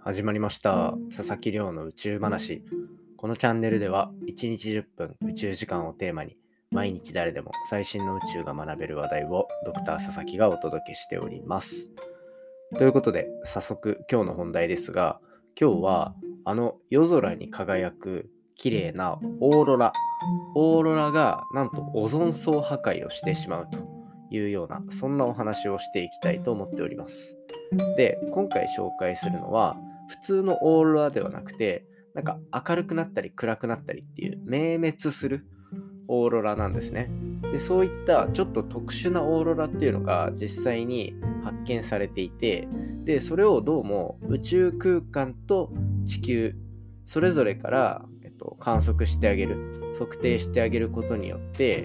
始まりました。佐々木亮の宇宙話。このチャンネルでは1日10分宇宙時間をテーマに毎日誰でも最新の宇宙が学べる話題をドクター佐々木がお届けしております。ということで早速今日の本題ですが、今日は夜空に輝く綺麗なオーロラがなんとオゾン層破壊をしてしまうというようなそんなお話をしていきたいと思っております。で、今回紹介するのは、普通のオーロラではなくて、なんか明るくなったり暗くなったりっていう明滅するオーロラなんですね。で、そういったちょっと特殊なオーロラっていうのが実際に発見されていて、で、それをどうも宇宙空間と地球、それぞれから、観測してあげる、測定してあげることによって、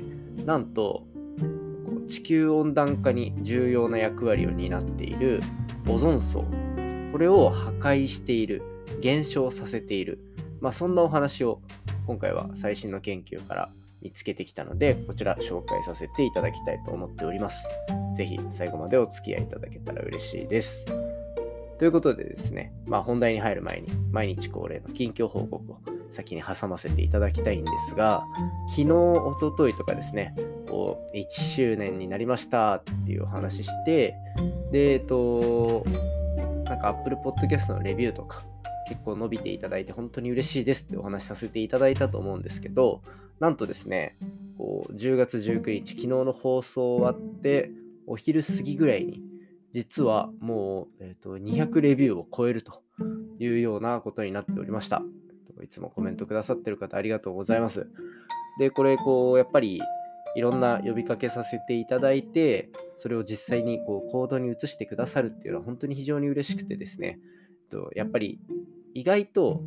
なんと地球温暖化に重要な役割を担っているオゾン層、これを破壊している、減少させている、そんなお話を今回は最新の研究から見つけてきたので、こちら紹介させていただきたいと思っております。ぜひ最後までお付き合いいただけたら嬉しいです。ということでですね、本題に入る前に毎日恒例の近況報告を先に挟ませていただきたいんですが、昨日、一昨日とかですね、1周年になりましたっていうお話しして、で、なんか Apple Podcast のレビューとか結構伸びていただいて本当に嬉しいですってお話しさせていただいたと思うんですけど、なんとですね、10月19日、昨日の放送終わってお昼過ぎぐらいに、実はもう、200レビューを超えるというようなことになっておりました。いつもコメントくださってる方ありがとうございます。で、これやっぱりいろんな呼びかけさせていただいて、それを実際に行動に移してくださるっていうのは本当に非常に嬉しくてですね、やっぱり意外と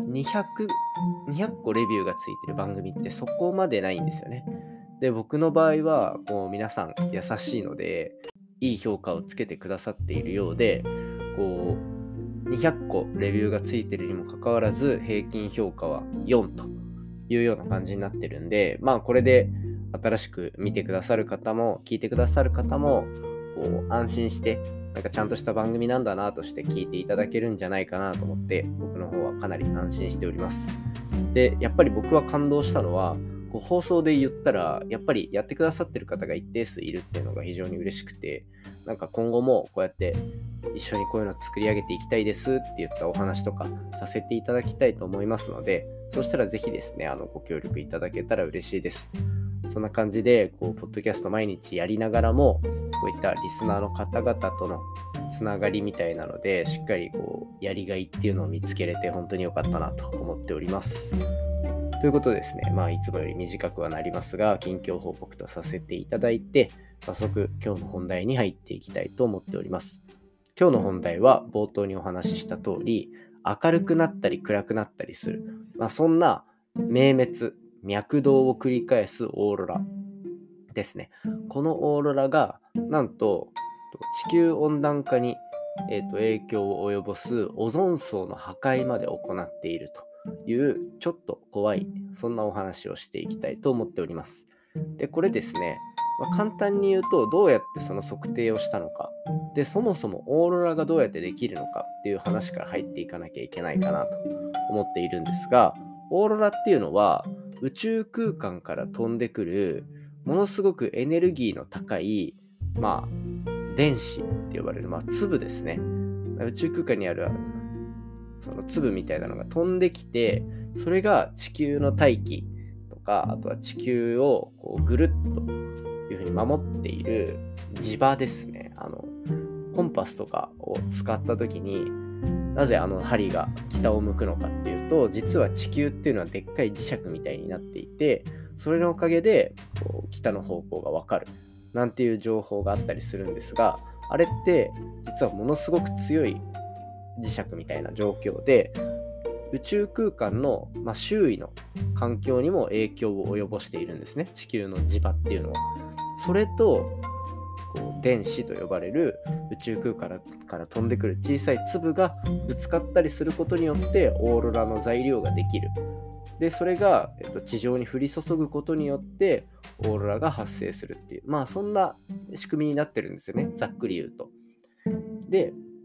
200個レビューがついてる番組ってそこまでないんですよね。で、僕の場合は皆さん優しいので、いい評価をつけてくださっているようで、200個レビューがついてるにもかかわらず、平均評価は4というような感じになってるんで、これで新しく見てくださる方も、聞いてくださる方も、安心して、なんかちゃんとした番組なんだなとして聞いていただけるんじゃないかなと思って、僕の方はかなり安心しております。で、やっぱり僕は感動したのは、放送で言ったら、やっぱりやってくださってる方が一定数いるっていうのが非常に嬉しくて、なんか今後もこうやって一緒にこういうのを作り上げていきたいですって言ったお話とかさせていただきたいと思いますので、そしたらぜひですね、ご協力いただけたら嬉しいです。そんな感じで、ポッドキャスト毎日やりながらも、こういったリスナーの方々とのつながりみたいなので、しっかりやりがいっていうのを見つけれて本当に良かったなと思っております。ということでですね、いつもより短くはなりますが、近況報告とさせていただいて、早速今日の本題に入っていきたいと思っております。今日の本題は冒頭にお話しした通り、明るくなったり暗くなったりする、そんな明滅、脈動を繰り返すオーロラですね。このオーロラがなんと地球温暖化に、影響を及ぼすオゾン層の破壊まで行っているというちょっと怖いそんなお話をしていきたいと思っております。で、これですね、簡単に言うとどうやってその測定をしたのか、でそもそもオーロラがどうやってできるのかっていう話から入っていかなきゃいけないかなと思っているんですが、オーロラっていうのは宇宙空間から飛んでくるものすごくエネルギーの高い、電子って呼ばれる、粒ですね。宇宙空間にあるその粒みたいなのが飛んできて、それが地球の大気とか、あとは地球をぐるっというふうに守っている磁場ですね。コンパスとかを使った時に、なぜ針が北を向くのかっていうと、実は地球っていうのはでっかい磁石みたいになっていて、それのおかげで北の方向がわかるなんていう情報があったりするんですが、あれって実はものすごく強い磁石みたいな状況で、宇宙空間の、周囲の環境にも影響を及ぼしているんですね、地球の磁場っていうのは。それと電子と呼ばれる宇宙空間から飛んでくる小さい粒がぶつかったりすることによってオーロラの材料ができる。で、それが、地上に降り注ぐことによってオーロラが発生するっていう、そんな仕組みになってるんですよね、ざっくり言うと。で、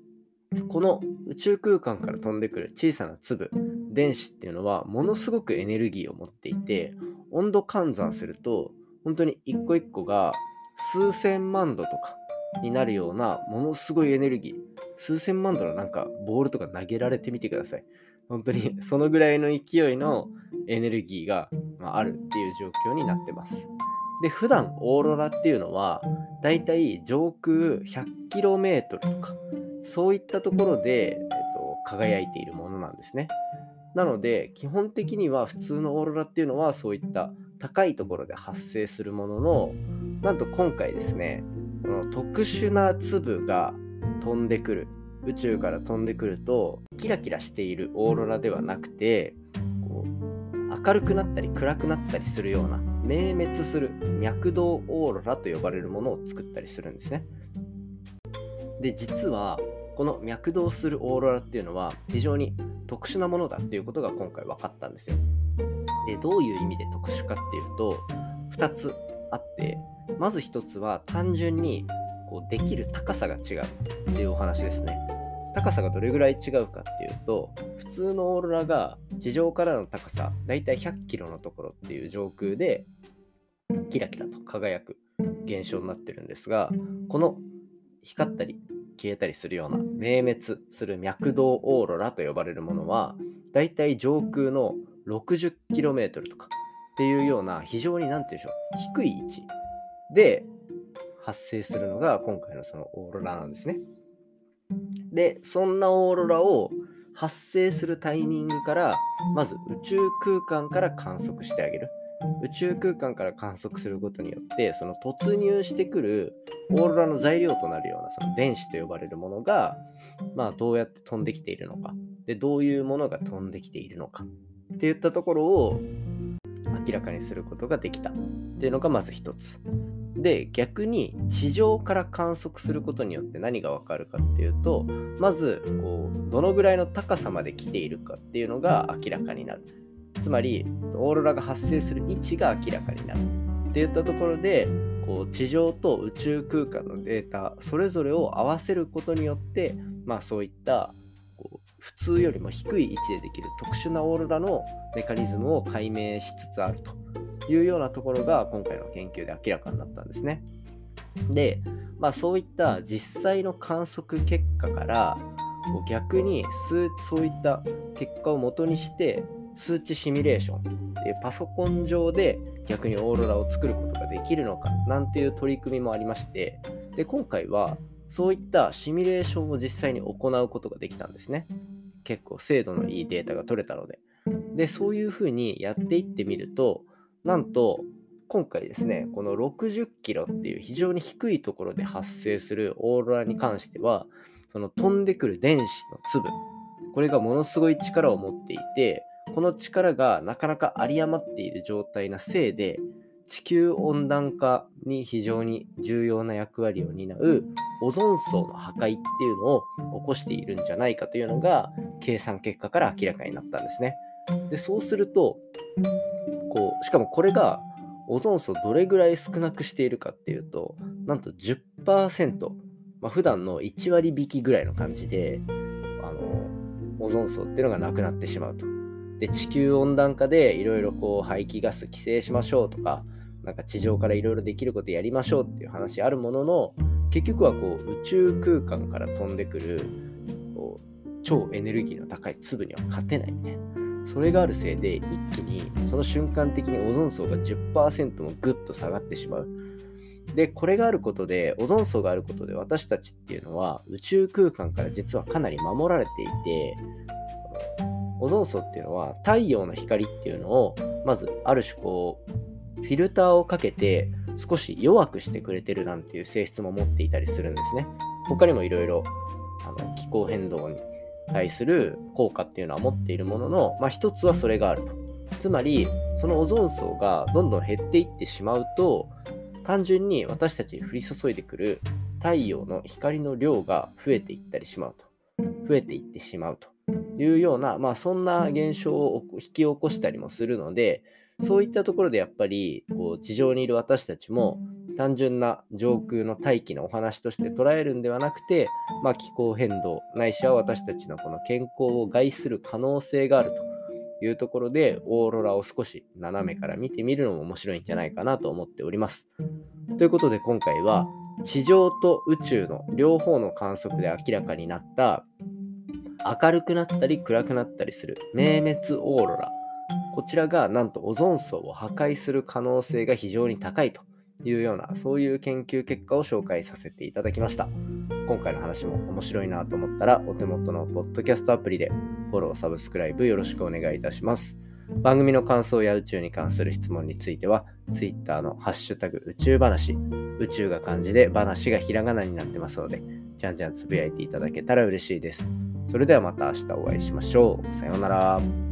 この宇宙空間から飛んでくる小さな粒、電子っていうのはものすごくエネルギーを持っていて、温度換算すると本当に一個一個が数千万度とかになるようなものすごいエネルギー、数千万度のなんかボールとか投げられてみてください。本当にそのぐらいの勢いのエネルギーがあるっていう状況になってます。で、普段オーロラっていうのはだいたい上空 100km とかそういったところで、輝いているものなんですね。なので基本的には普通のオーロラっていうのはそういった高いところで発生するものの、なんと今回ですね、この特殊な粒が飛んでくる、宇宙から飛んでくるとキラキラしているオーロラではなくて、こう明るくなったり暗くなったりするような明滅する脈動オーロラと呼ばれるものを作ったりするんですね。で、実はこの脈動するオーロラっていうのは非常に特殊なものだっていうことが今回分かったんですよ。で、どういう意味で特殊かっていうと2つあって、まず1つは単純にできる高さが違うっていうお話ですね。高さがどれぐらい違うかっていうと、普通のオーロラが地上からの高さだいたい100キロのところっていう上空でキラキラと輝く現象になってるんですが、この光ったり消えたりするような明滅する脈動オーロラと呼ばれるものはだいたい上空の 60km とかっていうような非常に何て言うんでしょう、低い位置で発生するのが今回のそのオーロラなんですね。で、そんなオーロラを発生するタイミングからまず宇宙空間から観測してあげる。宇宙空間から観測することによってその突入してくるオーロラの材料となるようなその電子と呼ばれるものが、どうやって飛んできているのか、でどういうものが飛んできているのかっていったところを明らかにすることができたっていうのがまず一つで、逆に地上から観測することによって何がわかるかっていうと、まずどのぐらいの高さまで来ているかっていうのが明らかになる。つまりオーロラが発生する位置が明らかになるっていったところで、地上と宇宙空間のデータそれぞれを合わせることによって、そういった普通よりも低い位置でできる特殊なオーロラのメカニズムを解明しつつあるというようなところが今回の研究で明らかになったんですね。で、そういった実際の観測結果から逆にそういった結果を元にして数値シミュレーションでパソコン上で逆にオーロラを作ることができるのかなんていう取り組みもありまして、で今回はそういったシミュレーションを実際に行うことができたんですね。結構精度のいいデータが取れたので。で、そういうふうにやっていってみると、なんと今回ですね、この60キロっていう非常に低いところで発生するオーロラに関しては、その飛んでくる電子の粒、これがものすごい力を持っていて、この力がなかなか有り余っている状態なせいで、地球温暖化に非常に重要な役割を担うオゾン層の破壊っていうのを起こしているんじゃないかというのが計算結果から明らかになったんですね。で、そうすると、しかもこれがオゾン層どれぐらい少なくしているかっていうと、なんと 10%、普段の1割引きぐらいの感じで、オゾン層っていうのがなくなってしまうと。で、地球温暖化でいろいろ排気ガス規制しましょうとか、なんか地上からいろいろできることやりましょうっていう話あるものの、結局は宇宙空間から飛んでくる超エネルギーの高い粒には勝てないみたいな。それがあるせいで一気にその瞬間的にオゾン層が 10% もぐっと下がってしまう。で、これがあることで、オゾン層があることで私たちっていうのは宇宙空間から実はかなり守られていて、オゾン層っていうのは太陽の光っていうのをまずある種フィルターをかけて少し弱くしてくれてるなんていう性質も持っていたりするんですね。他にもいろいろ気候変動に対する効果っていうのは持っているものの、一つはそれがあると。つまりそのオゾン層がどんどん減っていってしまうと、単純に私たちに降り注いでくる太陽の光の量が増えていってしまうというような、そんな現象を引き起こしたりもするので、そういったところでやっぱり地上にいる私たちも単純な上空の大気のお話として捉えるんではなくて、気候変動ないしは私たちのこの健康を害する可能性があるというところで、オーロラを少し斜めから見てみるのも面白いんじゃないかなと思っております。ということで今回は地上と宇宙の両方の観測で明らかになった明るくなったり暗くなったりする明滅オーロラ、こちらがなんとオゾン層を破壊する可能性が非常に高いというような、そういう研究結果を紹介させていただきました。今回の話も面白いなと思ったら、お手元のポッドキャストアプリでフォロー、サブスクライブよろしくお願いいたします。番組の感想や宇宙に関する質問については Twitter のハッシュタグ宇宙話、宇宙が漢字で話がひらがなになってますので、じゃんじゃんつぶやいていただけたら嬉しいです。それではまた明日お会いしましょう。さようなら。